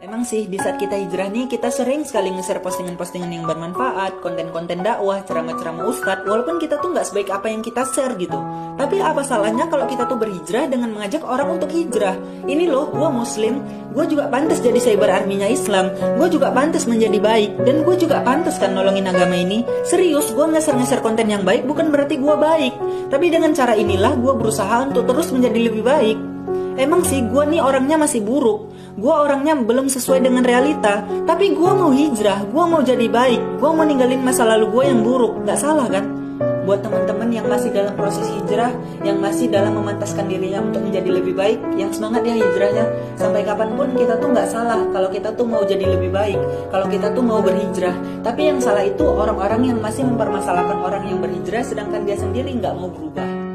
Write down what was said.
Emang sih di saat kita hijrah nih kita sering sekali nge-share postingan-postingan yang bermanfaat, konten-konten dakwah, ceramah-ceramah ustadz, walaupun kita tuh nggak sebaik apa yang kita share gitu. Tapi apa salahnya kalau kita tuh berhijrah dengan mengajak orang untuk hijrah? Ini loh, gue muslim, gue juga pantas jadi cyber arminya Islam, gue juga pantas menjadi baik, dan gue juga pantas kan nolongin agama ini. Serius, gue nge-share konten yang baik bukan berarti gue baik. Tapi dengan cara inilah gue berusaha untuk terus menjadi lebih baik. Emang sih gue nih orangnya masih buruk, gue orangnya belum sesuai dengan realita, tapi gue mau hijrah, gue mau jadi baik, gue mau ninggalin masa lalu gue yang buruk. Gak salah kan? Buat teman-teman yang masih dalam proses hijrah, yang masih dalam memantaskan dirinya untuk menjadi lebih baik, yang semangat ya hijrahnya. Sampai kapanpun kita tuh gak salah kalau kita tuh mau jadi lebih baik, kalau kita tuh mau berhijrah. Tapi yang salah itu orang-orang yang masih mempermasalahkan orang yang berhijrah sedangkan dia sendiri gak mau berubah.